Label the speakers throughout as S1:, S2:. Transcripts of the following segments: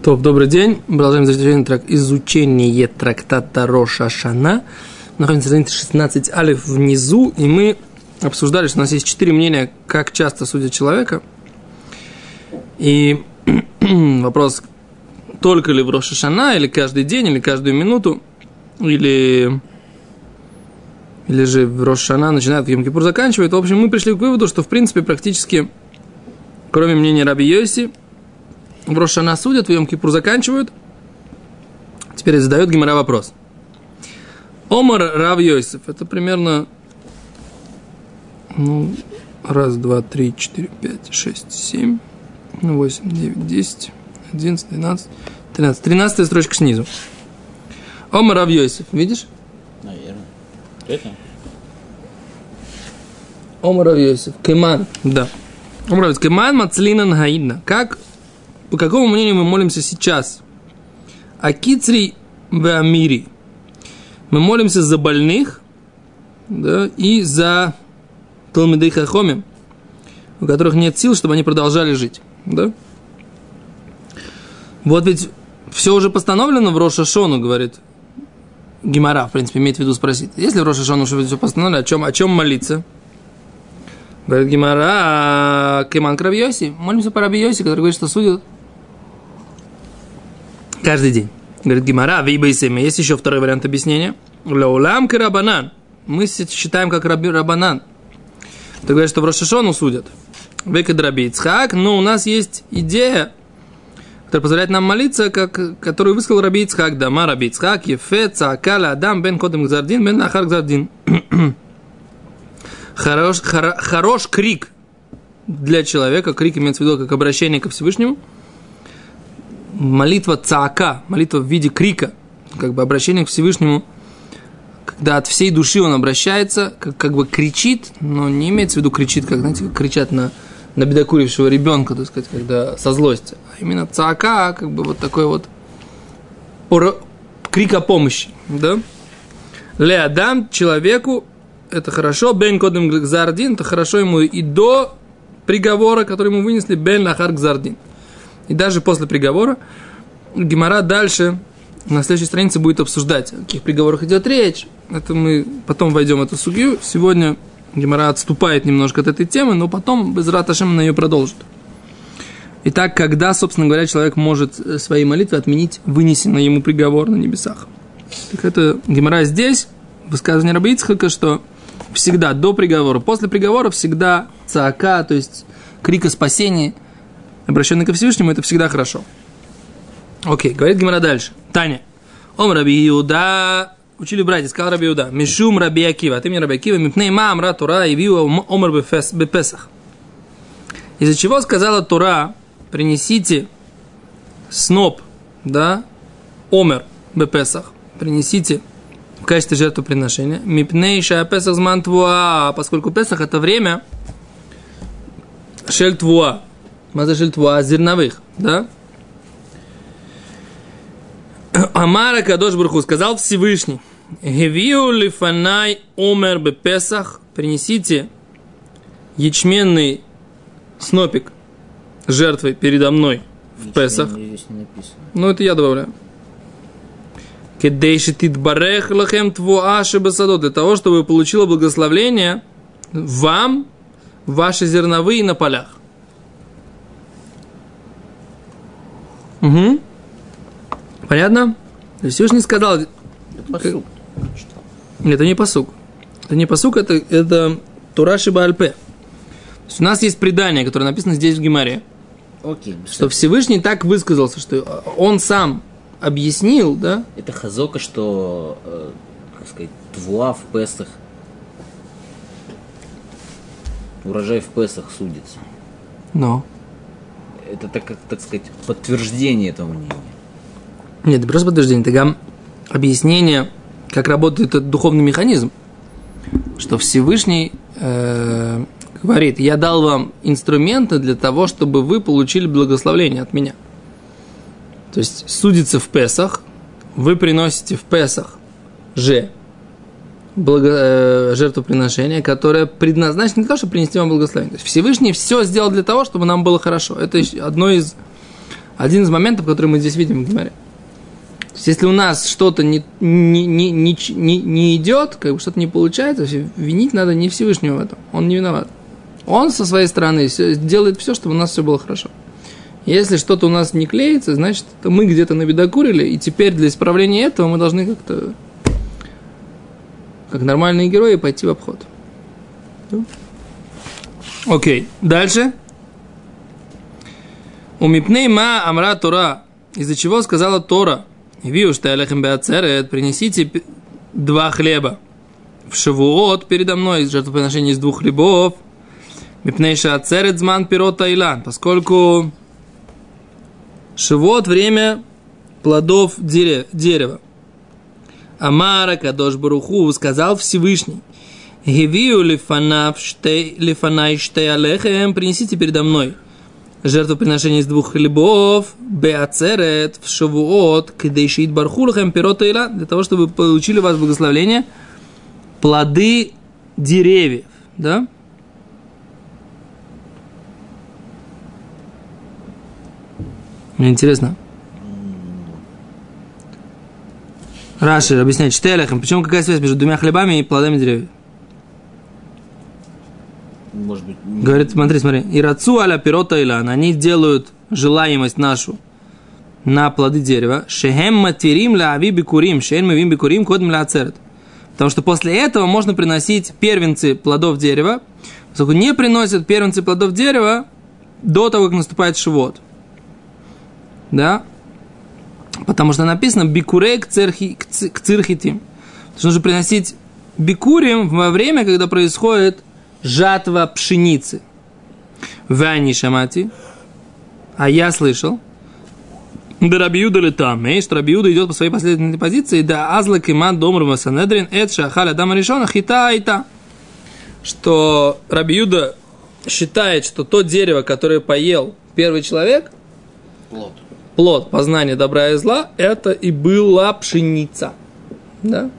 S1: Добрый день. Продолжаем изучение трактата Рош ха-Шана. Находимся на странице 16 алиф внизу, и мы обсуждали, что у нас есть 4 мнения, как часто судят человека. И вопрос, только ли в Рош ха-Шана, или каждый день, или каждую минуту, или же в Рош ха-Шана начинает, в Йом-Кипур заканчивает. В общем, мы пришли к выводу, что в принципе практически, кроме мнения Раби Йоси, в Рош ха-Шана судят, в Йом-Кипур заканчивают. Теперь задает Гемара вопрос. Омар Рав Йосеф. Это примерно 1, 2, 3, 4, 5, 6, 7, 8, 9, 10, 11, 12, 13. 13 строчка снизу. Омар Рав Йосеф. Видишь?
S2: Наверное. Это?
S1: Омар Рав Йосеф. Кеман. Да. Омар Рав Йосеф. Кеман мацлинан хаидна. По какому мнению мы молимся сейчас? Акицри веамири. Мы молимся за больных, да, и за талмидей хахомим, у которых нет сил, чтобы они продолжали жить. Да? Вот ведь все уже постановлено в Рош ха-Шону, говорит Гемара, в принципе, имеет в виду спросить. Если в Рош ха-Шону все постановлено, о чем молиться? Говорит Гемара, Кеман Раби Йоси. Молимся по Раби Йоси, который говорит, что судят каждый день. Говорит Гемара, вейбейсэме. Есть еще второй вариант объяснения. Леулам карабанан. Мы считаем как рабанан. Это говорит, что в Рош ха-Шону судят. Векад Раби Ицхак. Но у нас есть идея, которая позволяет нам молиться, которую высказал Раби Ицхак. Дама Раби Ицхак, Ефе, Цаакала, Адам, бен Кодем Гзардин, бен Ахар Гзардин. Хорош крик для человека. Крик имеется в виду как обращение ко Всевышнему. Молитва цаака, молитва в виде крика, как бы обращение к Всевышнему, когда от всей души он обращается, как бы кричит, но не имеется в виду кричит, как, знаете, как кричат на бедокурившего ребенка, так сказать, когда со злости. А именно цаака, как бы вот такой вот крик о помощи, да? Ле Адам, человеку, это хорошо, бен кодем гзардин, это хорошо ему и до приговора, который ему вынесли, бен лахар гзардин. И даже после приговора Гемара дальше на следующей странице будет обсуждать, о каких приговорах идет речь. Это мы потом войдем в эту сугью. Сегодня Гемара отступает немножко от этой темы, но потом Безрат Ашем на нее продолжит. Итак, когда, собственно говоря, человек может своей молитвой отменить вынесенный ему приговор на небесах? Так это Гемара здесь, высказывание Раби Ицхака, что всегда до приговора, после приговора всегда цаака, то есть крик о спасении, обращенный ко Всевышнему, это всегда хорошо. Окей, говорит Гемара дальше. Таня. Ом Раби Иуда. Учили братья, сказал Раби Иуда. Мишум Раби Акива. Ты мне Раби Акива. Мипней ма амра Тора и виу омар бепесах. Из-за чего сказала Тора, принесите сноп, да, омер бепесах. Принесите в качестве жертвоприношения. Мипней ша песах зман твуа. Поскольку Песах это время шель твуа. Мазашель твуа, зерновых, да? Амара Кадош Баруху сказал Всевышний: Гевиу лифанай омер бепесах. Принесите ячменный снопик жертвой передо мной в Песах. Ну, это я добавляю. Кедейшитит барех лахем твуа шебасадот. Для того, чтобы получило благословение вам ваши зерновые на полях. Угу. Понятно? То есть Всевышний сказал...
S2: Это пасук.
S1: Это не пасук. Это не пасук, это Тора шеба аль-пе. То есть у нас есть предание, которое написано здесь в Гемаре.
S2: Окей.
S1: Что Всевышний так высказался, что он сам объяснил, да?
S2: Это хазока, что, как сказать, твуа в Песах, урожай в Песах судится.
S1: Но.
S2: Это, так сказать, подтверждение этого мнения.
S1: Нет, это просто подтверждение. Это объяснение, как работает этот духовный механизм. Что Всевышний говорит: я дал вам инструменты для того, чтобы вы получили благословение от меня. То есть судится в Песах, вы приносите в Песах жертвоприношение, которое предназначено для того, чтобы принести вам благословение. То есть Всевышний все сделал для того, чтобы нам было хорошо. Это одно из один из моментов, который мы здесь видим в Гемаре. То есть, если у нас что-то не идет, как бы что-то не получается, винить надо не Всевышнего в этом. Он не виноват. Он со своей стороны делает все, чтобы у нас все было хорошо. Если что-то у нас не клеится, значит, это мы где-то набедокурили, и теперь для исправления этого мы должны как-то, как нормальные герои, пойти в обход. Окей, дальше. У мипней ма амра Тора, из-за чего сказала Тора, виуштай алехем беацерет, принесите 2 хлеба в Шавуот передо мной, жертвоприношение из 2 хлебов, мипней шаацерет зман пирот таилан, поскольку Шавуот время плодов дерева. Амара кадош баруху, сказал Всевышний, гевию лифанай штей алехем, принесите передо мной жертвоприношение из 2 хлебов, беацерет, в Шавуот, кедейшит бархулахем пирот таилан, для того, чтобы вы получили у вас благословение плоды деревьев, да? Мне интересно. Раши объясняет, штей алехем, почему какая связь между 2 хлебами и плодами деревьев?
S2: Может быть,
S1: говорит, смотри. Ирацу аля пирот таилан, они делают желаемость нашу на плоды дерева. Шехем матирим ля ави бикурим, шейн мавим бикурим кодм ля ацерет. Потому что после этого можно приносить первенцы плодов дерева, поскольку не приносят первенцы плодов дерева до того, как наступает Шавуот. Да? Потому что написано бикурей к цирхитим. Нужно приносить бикурим во время, когда происходит жатва пшеницы. Вани шамати. А я слышал. Да Раби Юда летам. Что Раби Юда идет по своей последовательной позиции. Да азла кимат домр васанедрин эт шахаля дама решона хита айта. Что Раби Юда считает, что то дерево, которое поел первый человек, плод познания добра и зла, это и была пшеница. Да?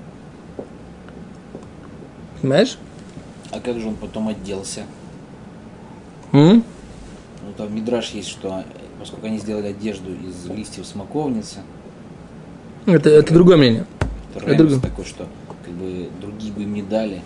S1: Понимаешь?
S2: А как же он потом отделся?
S1: Ну,
S2: там в Мидраш есть, что поскольку они сделали одежду из листьев смоковницы.
S1: Это другое мнение.
S2: Это другое. Такое, что как бы другие бы им не дали.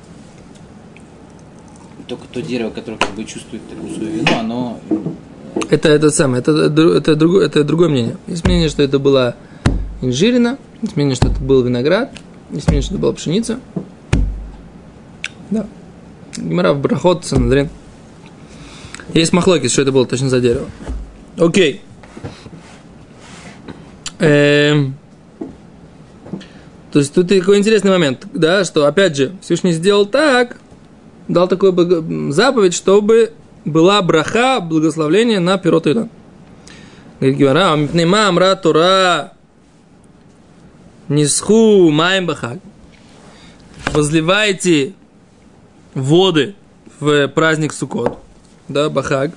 S2: Только то дерево, которое как бы чувствует такую свою вину, оно...
S1: Это другое мнение. Есть мнение, что это была инжирина, есть мнение, что это был виноград, есть мнение, что это была пшеница. Да. Гемара в Брахот, Санедрин. Есть махлокис, что это было точно за дерево. Окей. То есть тут такой интересный момент, да, что опять же Всевышний сделал так, дал такую заповедь, чтобы была браха, благословление на пирот таилан. Говорит Гемара, мипнейма амра Тора нисху маим бахаг. Возливайте воды в праздник Суккот, да, бахаг.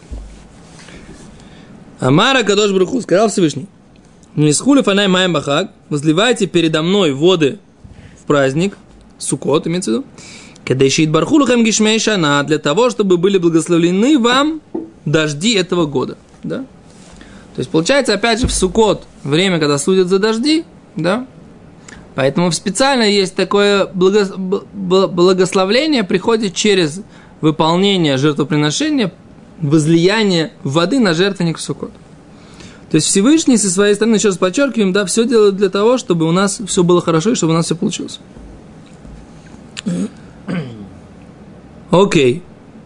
S1: Амара кадош баруху, сказал Всевышний, нисху лифанай маим бахаг, возливайте передо мной воды в праздник Суккот, имеется в виду, кадешит бархулухем гишмей шана, для того, чтобы были благословлены вам дожди этого года, да. То есть получается, опять же, в Суккот время, когда судят за дожди, да. Поэтому специально есть такое благословление, приходит через выполнение жертвоприношения, возлияние воды на жертвенник в Суккот. То есть Всевышний со своей стороны, еще раз подчеркиваем, да, все делает для того, чтобы у нас все было хорошо и чтобы у нас все получилось. Окей.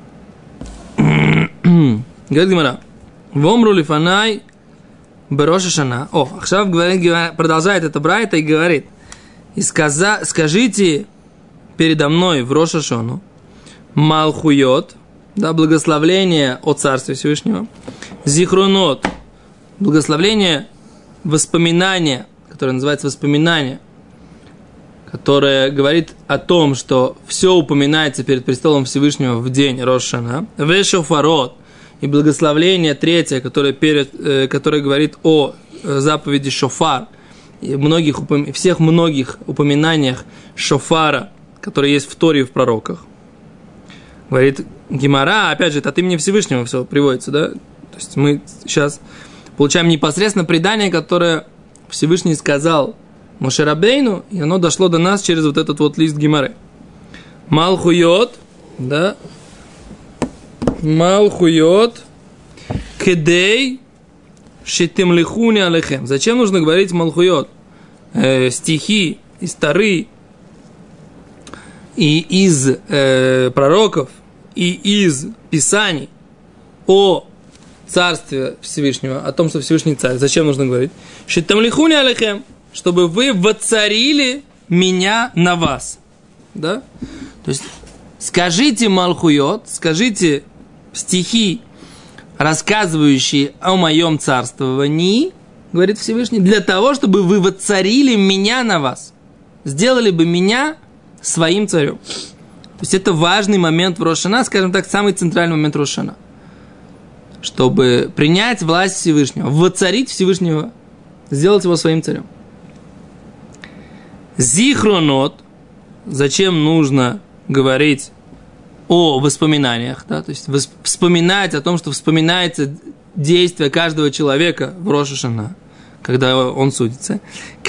S1: Говорит Гемара. Вомру лифанай бероша шана. Ахшав продолжает это брайта и говорит. И скажите передо мной в Рош ха-Шану Малхуйот, да, благословление о Царстве Всевышнего, Зихронот, благословление воспоминания, которое называется воспоминание, которое говорит о том, что все упоминается перед престолом Всевышнего в день Рош ха-Шана, Вешофарот, и благословление третье, которое говорит о заповеди шофар, и всех многих упоминаниях шофара, которые есть в Торе и в пророках. Говорит Гемара, опять же, это от имени Всевышнего все приводится, да? То есть мы сейчас получаем непосредственно предание, которое Всевышний сказал Моше Рабейну, и оно дошло до нас через вот этот вот лист Гемары. Малхуйот, да, Малхуйот, Кедей, Шитимлихуни Алехем. Зачем нужно говорить Малхуйот? Стихи из Торы и из пророков и из Писаний о царстве Всевышнего, о том, что Всевышний царь. Зачем нужно говорить? Шитимлихуни Алехем, чтобы вы воцарили меня на вас. Да? То есть скажите Малхуйот, скажите стихи, рассказывающие о моем царствовании, говорит Всевышний, для того, чтобы вы воцарили меня на вас. Сделали бы меня своим царем. То есть это важный момент в Рош ха-Шана, скажем так, самый центральный момент Рош ха-Шана. Чтобы принять власть Всевышнего, воцарить Всевышнего, сделать его своим царем. Зихронот. Зачем нужно говорить о воспоминаниях, да? То есть вспоминать о том, что вспоминается действие каждого человека в Рош ха-Шана, когда он судится.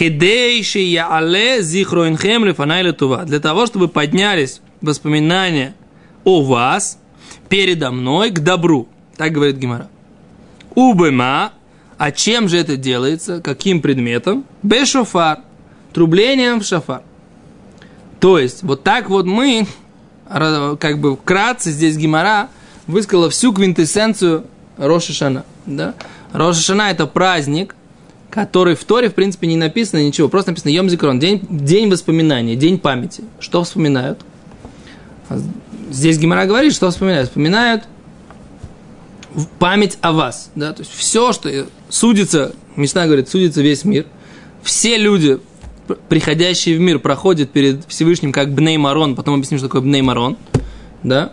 S1: Для того, чтобы поднялись воспоминания о вас передо мной к добру. Так говорит Гемара. Убема. А чем же это делается? Каким предметом? Бешофар. Трублением в шофар. То есть, вот так вот мы, как бы вкратце здесь Гемара высказала всю квинтэссенцию Рош ха-Шана. Да? Рош ха-Шана – это праздник, который в Торе, в принципе, не написано ничего. Просто написано Йом Зикрон, день воспоминания, день памяти. Что вспоминают? Здесь Гемара говорит, что вспоминают. Вспоминают память о вас. Да? То есть, все, что судится, Мишна говорит, судится весь мир. Все люди, приходящие в мир, проходят перед Всевышним как Бней Марон. Потом объясним, что такое Бней Марон. Да?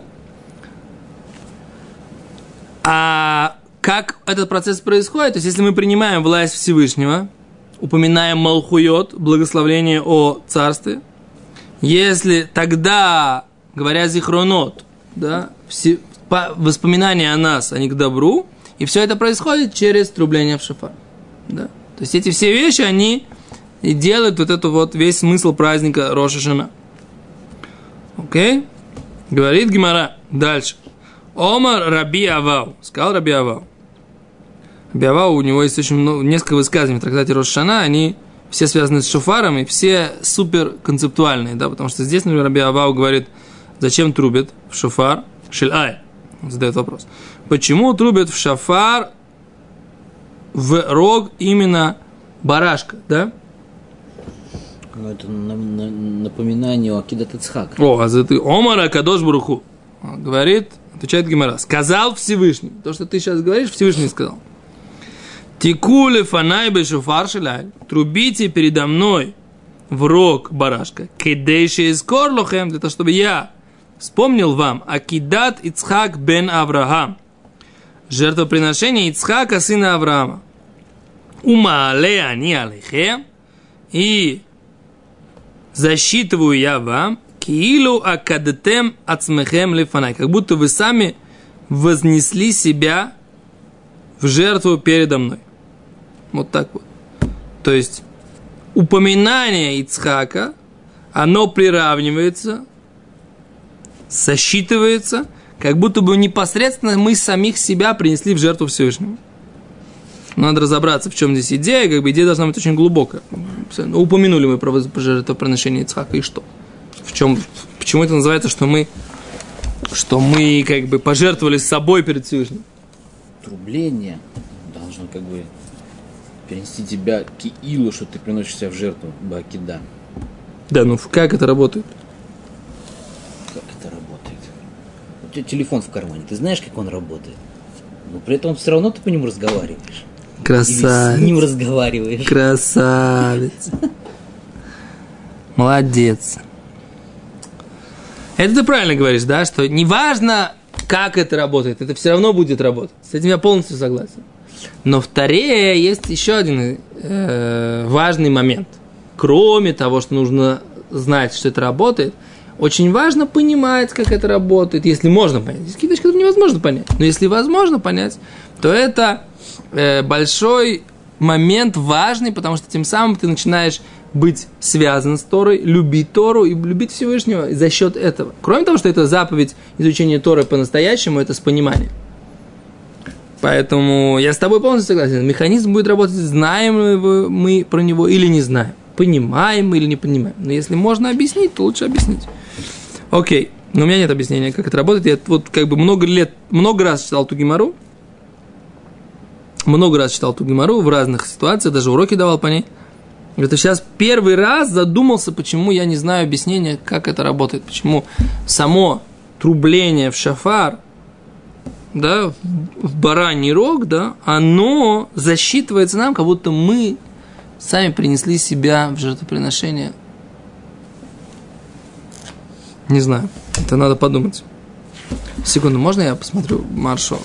S1: А как этот процесс происходит? То есть, если мы принимаем власть Всевышнего, упоминаем Малхуйот, благословление о царстве, если тогда, говоря Зихронот, да, воспоминания о нас, они к добру, и все это происходит через трубление в шофар. Да? То есть, эти все вещи, они и делают вот это вот весь смысл праздника Рош ха-Шана. Окей? Говорит Гемара дальше. Омар Раби Авау. Сказал Раби Авау. Раби Авау, у него есть очень много, несколько высказываний в трактате Рош ха-Шана, они все связаны с шофаром, и все супер концептуальные, да, потому что здесь, например, Раби Авау говорит, зачем трубят в шофар шель-ай? Он задает вопрос. Почему трубят в шофар в рог именно барашка, да?
S2: Ну, это напоминание о Акидат Ицхак.
S1: Омара Кадош Баруху. Говорит, отвечает Гемара. Сказал Всевышний. То, что ты сейчас говоришь, Всевышний сказал. Тикуле фанай бешофар шелай. Трубите передо мной в рог барашка. Кедейши искор лохем. Для того, чтобы я вспомнил вам Акидат Ицхак бен Авраам. Жертвоприношение Ицхака, сына Авраама. Умаале ани алейхем. И засчитываю я вам, киилу акадетем ацмехем лефанай, как будто вы сами вознесли себя в жертву передо мной. Вот так вот. То есть, упоминание Ицхака, оно приравнивается, сосчитывается, как будто бы непосредственно мы самих себя принесли в жертву Всевышнему. Надо разобраться, в чем здесь идея. Как бы идея должна быть очень глубокая. Упомянули мы про жертвоприношение Ицхака, и что? Почему это называется, что мы как бы пожертвовали собой перед Всевышним?
S2: Трубление должно как бы перенести тебя к Киилу, что ты приносишь себя в жертву Бакида.
S1: Да, ну как это работает?
S2: Как это работает? У тебя телефон в кармане, ты знаешь, как он работает? Но при этом все равно ты по нему разговариваешь.
S1: Красавец.
S2: Или с ним разговариваешь.
S1: Красавец. Молодец. Это ты правильно говоришь, да, что неважно, как это работает, это все равно будет работать. С этим я полностью согласен. Но в Торе есть еще один важный момент. Кроме того, что нужно знать, что это работает, очень важно понимать, как это работает, если можно понять. Есть какие-то вещи, которые невозможно понять. Но если возможно понять, то это большой момент, важный, потому что тем самым ты начинаешь быть связан с Торой, любить Тору и любить Всевышнего за счет этого. Кроме того, что это заповедь изучения Торы по-настоящему, это с пониманием. Поэтому я с тобой полностью согласен. Механизм будет работать, знаем ли мы про него или не знаем. Понимаем мы или не понимаем. Но если можно объяснить, то лучше объяснить. Окей. Но у меня нет объяснения, как это работает. Я вот как бы много раз читал ту гемару. Много раз читал ту гемару в разных ситуациях, даже уроки давал по ней. Это сейчас первый раз задумался, почему я не знаю объяснения, как это работает. Почему само трубление в шафар, да, в бараний рог, да, оно засчитывается нам, как будто мы сами принесли себя в жертвоприношение. Не знаю, это надо подумать. Секунду, можно я посмотрю Маршо?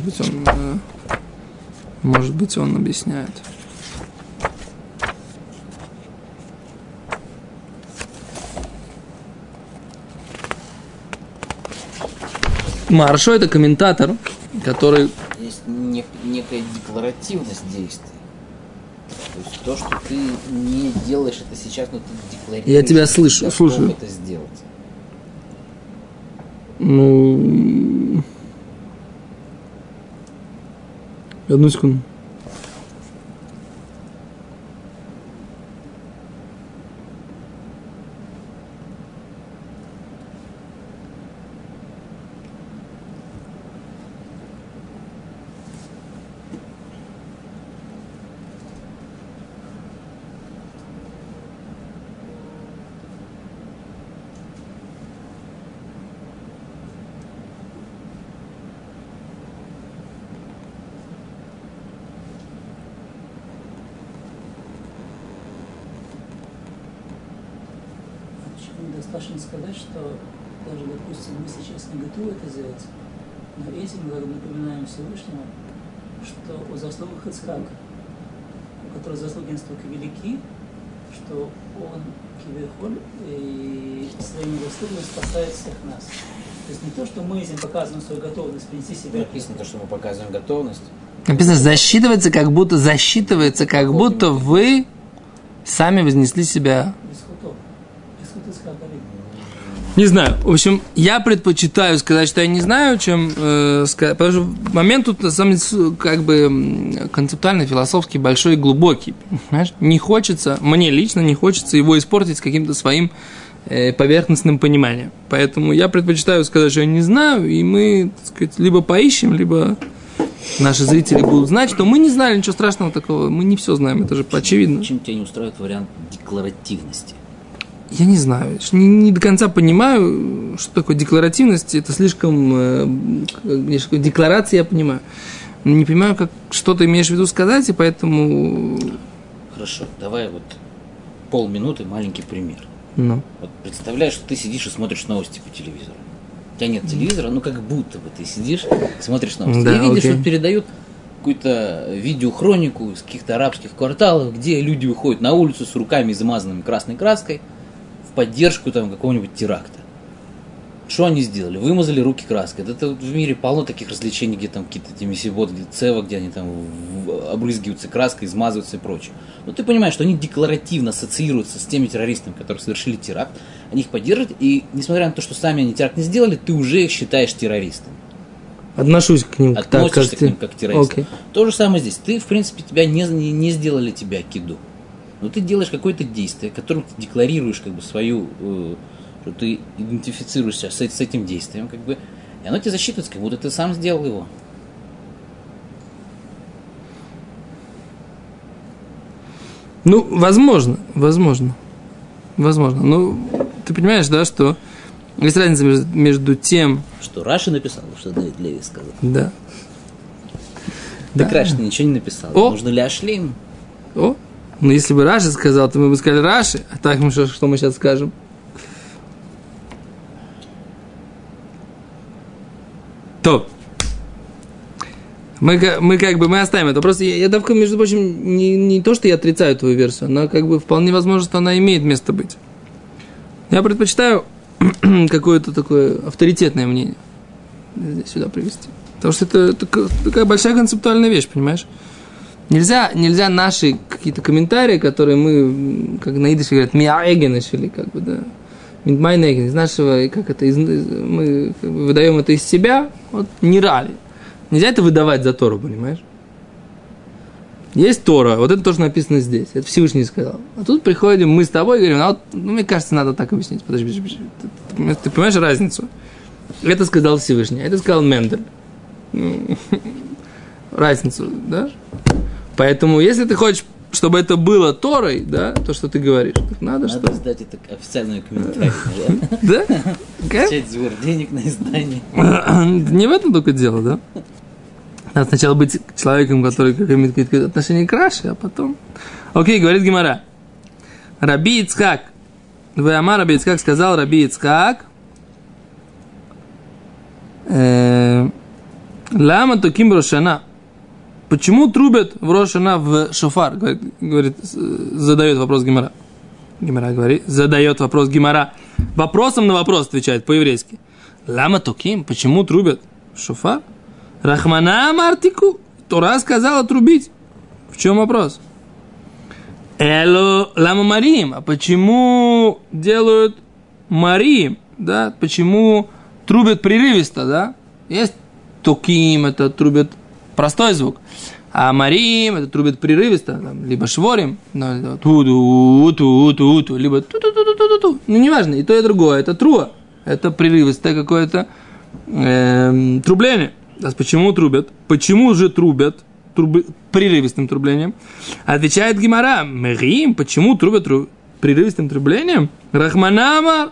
S1: Может быть, он объясняет. Маршо – это комментатор, который...
S2: Есть некая декларативность действий. То есть то, что ты не делаешь это сейчас, но ты декларируешь.
S1: Я тебя слышу, слушаю.
S2: Это сделать.
S1: Ну... Одну секунду.
S3: Достаточно сказать, что даже, допустим, мы сейчас не готовы это сделать, но этим мы напоминаем Всевышнему, что о заслугах Ицхака, у которого заслуги настолько велики, что он кивихоль и своими заслугами спасает всех нас. То есть не то, что мы этим показываем свою готовность принести себя.
S2: Написано то, что мы показываем готовность.
S1: Написано, засчитывается, как будто вы сами вознесли себя. Не знаю. В общем, я предпочитаю сказать, что я не знаю, чем сказать. Потому что момент тут, на самом деле, как бы концептуально, философский, большой и глубокий. Понимаешь? Не хочется, мне лично не хочется его испортить с каким-то своим поверхностным пониманием. Поэтому я предпочитаю сказать, что я не знаю, и мы, так сказать, либо поищем, либо наши зрители будут знать, что мы не знали ничего страшного такого. Мы не все знаем, это же очевидно.
S2: Чем тебя не устраивает вариант декларативности?
S1: Я не знаю, не до конца понимаю, что такое декларативность. Это слишком... Декларация я понимаю. Не понимаю, как, что ты имеешь в виду сказать, и поэтому...
S2: Хорошо, давай вот полминуты маленький пример.
S1: Ну.
S2: Вот представляешь, что ты сидишь и смотришь новости по телевизору. У тебя нет телевизора, ну как будто бы ты сидишь и смотришь новости.
S1: Да,
S2: и видишь,
S1: окей.
S2: что передают какую-то видеохронику из каких-то арабских кварталов, где люди выходят на улицу с руками измазанными красной краской, поддержку там какого-нибудь теракта. Что они сделали? Вымазали руки краской. Это в мире полно таких развлечений, где там какие-то эти мессибот, где цева, где они там обрызгиваются краской, измазываются и прочее. Но ты понимаешь, что они декларативно ассоциируются с теми террористами, которые совершили теракт, они их поддерживают, и несмотря на то, что сами они теракт не сделали, ты уже их считаешь террористами.
S1: Отношусь к ним
S2: Относишься к ним как к террористам.
S1: Okay.
S2: То же самое здесь. Ты, в принципе, тебя не сделали тебя киду. Но ты делаешь какое-то действие, которым ты декларируешь как бы свою, что ты идентифицируешься с этим действием, как бы, и оно тебе засчитывается, как будто ты сам сделал его.
S1: Ну, возможно. Ну, ты понимаешь, да, что есть разница между тем...
S2: Что Раши написал, что Давид Леви сказал.
S1: Да.
S2: Так Раши ничего не написал. Нужно ли Ашлим?
S1: Ну, если бы Раши сказал, то мы бы сказали Раши, а так что мы сейчас скажем? То. Мы оставим это. Просто я только, между прочим, не то, что я отрицаю твою версию, но как бы вполне возможно, что она имеет место быть. Я предпочитаю какое-то такое авторитетное мнение здесь сюда привести. Потому что это такая большая концептуальная вещь, понимаешь? Нельзя наши какие-то комментарии, которые мы, как на идыше говорят, миаэгенеш, или как бы, да, мидмайнеген, из нашего, как это, мы как бы выдаем это из себя, вот, не рали. Нельзя это выдавать за Тору, понимаешь? Есть Тора, вот это тоже написано здесь, это Всевышний сказал. А тут приходим мы с тобой и говорим, вот, мне кажется, надо так объяснить. Подожди. Ты понимаешь разницу? Это сказал Всевышний, это сказал Мендель. Разницу, да? Поэтому, если ты хочешь, чтобы это было Торой, да, то, что ты говоришь, так надо что?
S2: Надо сдать это официальный комментарий.
S1: Да?
S2: Начать сбор денег на издание.
S1: Не в этом только дело, да? Надо сначала быть человеком, который имеет какие-то отношения к Раши, а потом... Окей, говорит Гемара. Раби Ицхак. Веамар Раби Ицхак сказал Раби Ицхак. Лама токим Рошана. Почему трубят в Рошана в шофар? Говорит, задает вопрос Гемара. Гемара говорит, задает вопрос Гемара. Вопросом на вопрос отвечает по-еврейски. Лама токим, почему трубят в шофар? Рахмана Мартику. Тора сказала трубить. В чем вопрос? Эло лама Марим. А почему делают Марим? Да? Почему трубят прерывисто, да? Есть токим, это трубят простой звук. А Марим, это трубят прерывисто, там, либо шворим, ту-ду-ту-ту-ту, либо ту-ту-ту-ту-ту-ту. Ну, неважно, и то, и другое. Это труа. Это прерывистое какое-то трубление. Почему трубят? Почему же трубят прерывистым трублением? Отвечает Гемара. Мерим, почему трубят прерывистым трублением? Рахманамар.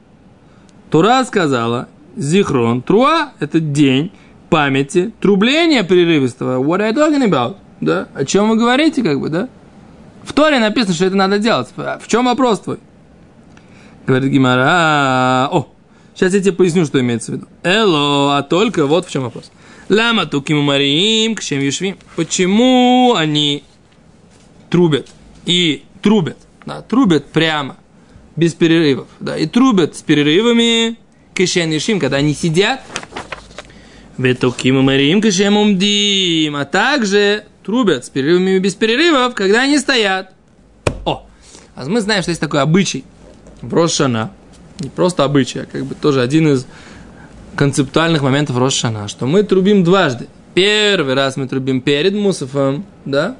S1: Тора сказала, зихрон, труа, это день памяти, трубление прерывистого. What are you talking about? Да? О чем вы говорите, как бы, да? В Торе написано, что это надо делать. В чем вопрос твой? Говорит Гемара. Сейчас я тебе поясню, что имеется в виду. Эло, а только вот в чем вопрос. Лама туким марим кшем юшвим. Почему они трубят и трубят? Да, трубят прямо, без перерывов. Да, и трубят с перерывами кшем юшвим, когда они сидят. Ветуким марим кшем умдим. А также трубят с перерывами без перерывов, когда они стоят. А мы знаем, что есть такой обычай в Рош Шана. Не просто обычай, а как бы тоже один из концептуальных моментов Рош Шана, что мы трубим дважды. Первый раз мы трубим перед Мусафом, да?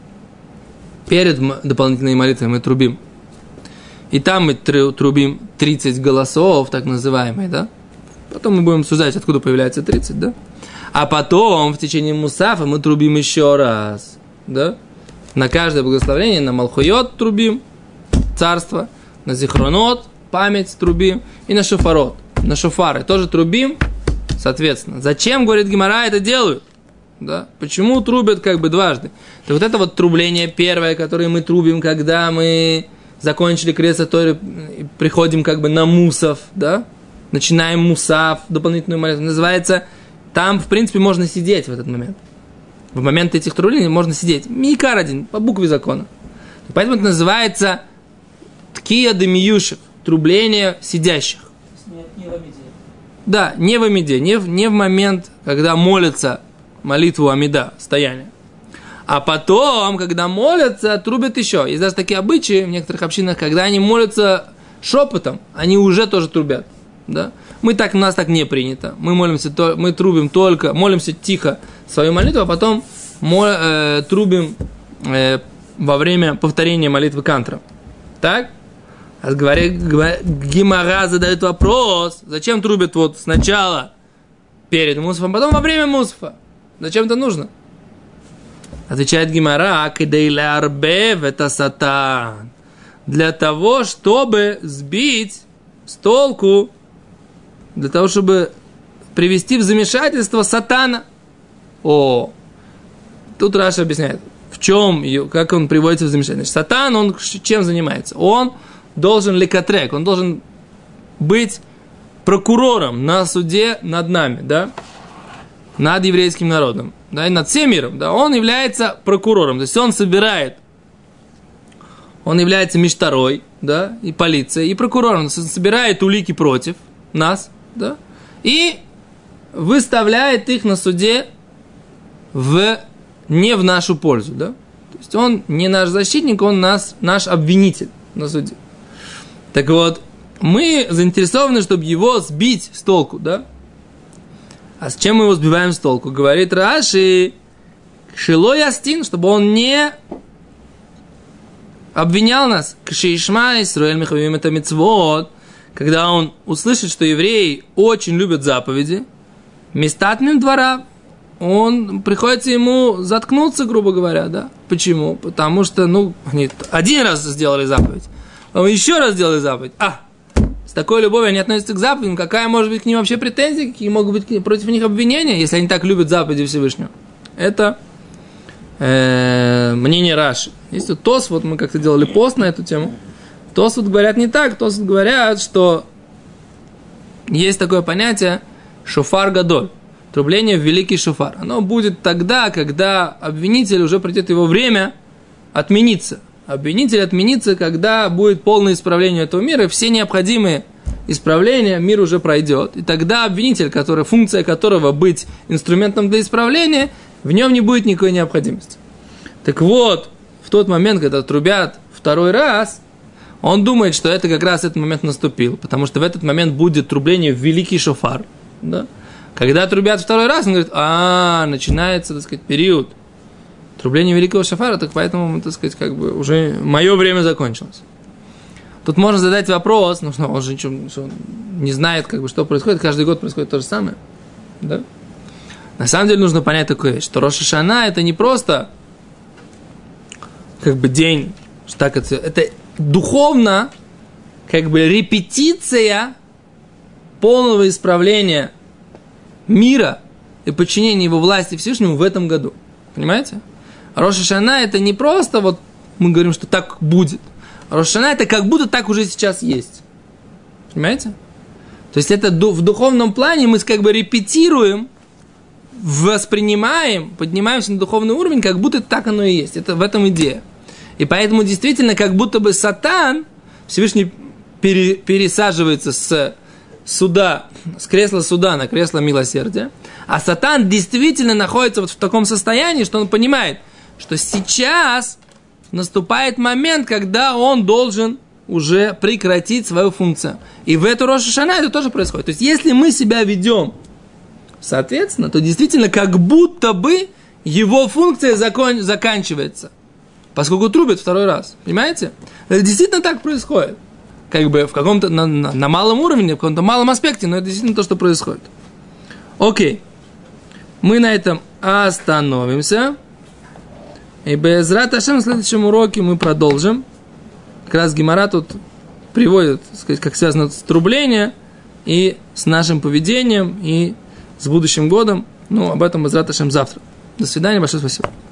S1: Перед дополнительной молитвой мы трубим. И там мы трубим 30 голосов, так называемые, да? Потом мы будем обсуждать, откуда появляется 30, да? А потом в течение Мусафа мы трубим еще раз, да? На каждое благословение, на Малхуйот трубим, царство, на Зихронот, память трубим, и на шофарот, на шофары тоже трубим, соответственно. Зачем, говорит Гемара, это делают? Да? Почему трубят как бы дважды? Так вот это вот трубление первое, которое мы трубим, когда мы закончили крест Торы, приходим как бы на Мусав, да? Начинаем Мусав, дополнительную молитву, называется, там, в принципе, можно сидеть в этот момент. В момент этих трублений можно сидеть. Микар один, по букве закона. Поэтому это называется ткия де миюшев, трубление сидящих.
S3: Не в Амиде.
S1: Да, не в Амиде, не в момент, когда молятся молитву Амида, стояние. А потом, когда молятся, трубят еще. Есть даже такие обычаи в некоторых общинах, когда они молятся шепотом, они уже тоже трубят. Да? У нас так не принято. Мы трубим только, молимся тихо свою молитву, а потом трубим во время повторения молитвы кантра. Так? А Гемара задает вопрос, зачем трубят вот сначала перед Мусафом, потом во время Мусафа? Зачем это нужно? Отвечает Гемара, кидейлярбев это сатан. Для того, чтобы сбить с толку, для того, чтобы привести в замешательство сатана. Тут Раша объясняет, в чем, как он приводится в замешательство. Сатан, он чем занимается? Он должен лекатрек, он должен быть прокурором на суде над нами, да? Над еврейским народом, да, и над всем миром, да, он является прокурором, то есть он является миштарой, да, и полицией, и прокурором, он собирает улики против нас, да, и выставляет их на суде в не в нашу пользу, да? То есть он не наш защитник, он наш обвинитель на суде. Так вот, мы заинтересованы, чтобы его сбить с толку, да? А с чем мы его сбиваем с толку? Говорит Раши, шило ястин, чтобы он не обвинял нас. Кшишма Исраэль михавим это мицвот, когда он услышит, что евреи очень любят заповеди, местатмим двора, он приходится ему заткнуться, грубо говоря, да? Почему? Потому что, они один раз сделали заповедь, а еще раз сделали заповедь. С такой любовью они относятся к заповедям, какая может быть к ним вообще претензия, какие могут быть против них обвинения, если они так любят заповеди Всевышнего. Это мнение Раши. Есть вот Тосфот, мы как-то делали пост на эту тему. Тосфот говорят не так, Тосфот говорят, что есть такое понятие шофар гадоль, трубление в великий шофар. Оно будет тогда, когда обвинитель уже придет его время отмениться. Обвинитель отменится, когда будет полное исправление этого мира, и все необходимые исправления мир уже пройдет. И тогда обвинитель, функция которого быть инструментом для исправления, в нем не будет никакой необходимости. Так вот, в тот момент, когда трубят второй раз, он думает, что это как раз этот момент наступил, потому что в этот момент будет трубление в великий шофар. Да? Когда трубят второй раз, он говорит, начинается, так сказать, период трубления великого шофара, так поэтому, так сказать, уже мое время закончилось. Тут можно задать вопрос, он же ничего не знает, что происходит, каждый год происходит то же самое. Да? На самом деле нужно понять такую вещь, что Рош ха-Шана это не просто день, это духовно репетиция полного исправления мира и подчинения его власти Всевышнему в этом году. Понимаете? Рош ха-Шана это не просто мы говорим, что так будет. Рош ха-Шана это как будто так уже сейчас есть. Понимаете? То есть это в духовном плане мы репетируем, воспринимаем, поднимаемся на духовный уровень, как будто так оно и есть. Это в этом идея. И поэтому действительно, как будто бы Сатан, Всевышний пересаживается с кресла суда на кресло милосердия, а Сатан действительно находится в таком состоянии, что он понимает, что сейчас наступает момент, когда он должен уже прекратить свою функцию. И в эту Рош ха-Шана это тоже происходит. То есть, если мы себя ведем соответственно, то действительно как будто бы его функция заканчивается, поскольку трубят второй раз. Понимаете? Это действительно так происходит. В каком-то на малом уровне, в каком-то малом аспекте, но это действительно то, что происходит. Окей. Мы на этом остановимся. И Безрат Ашем в следующем уроке мы продолжим. Как раз Гемара тут приводит, так сказать, как связано трубление и с нашим поведением, и с будущим годом. Об этом Безрат Ашем завтра. До свидания, большое спасибо.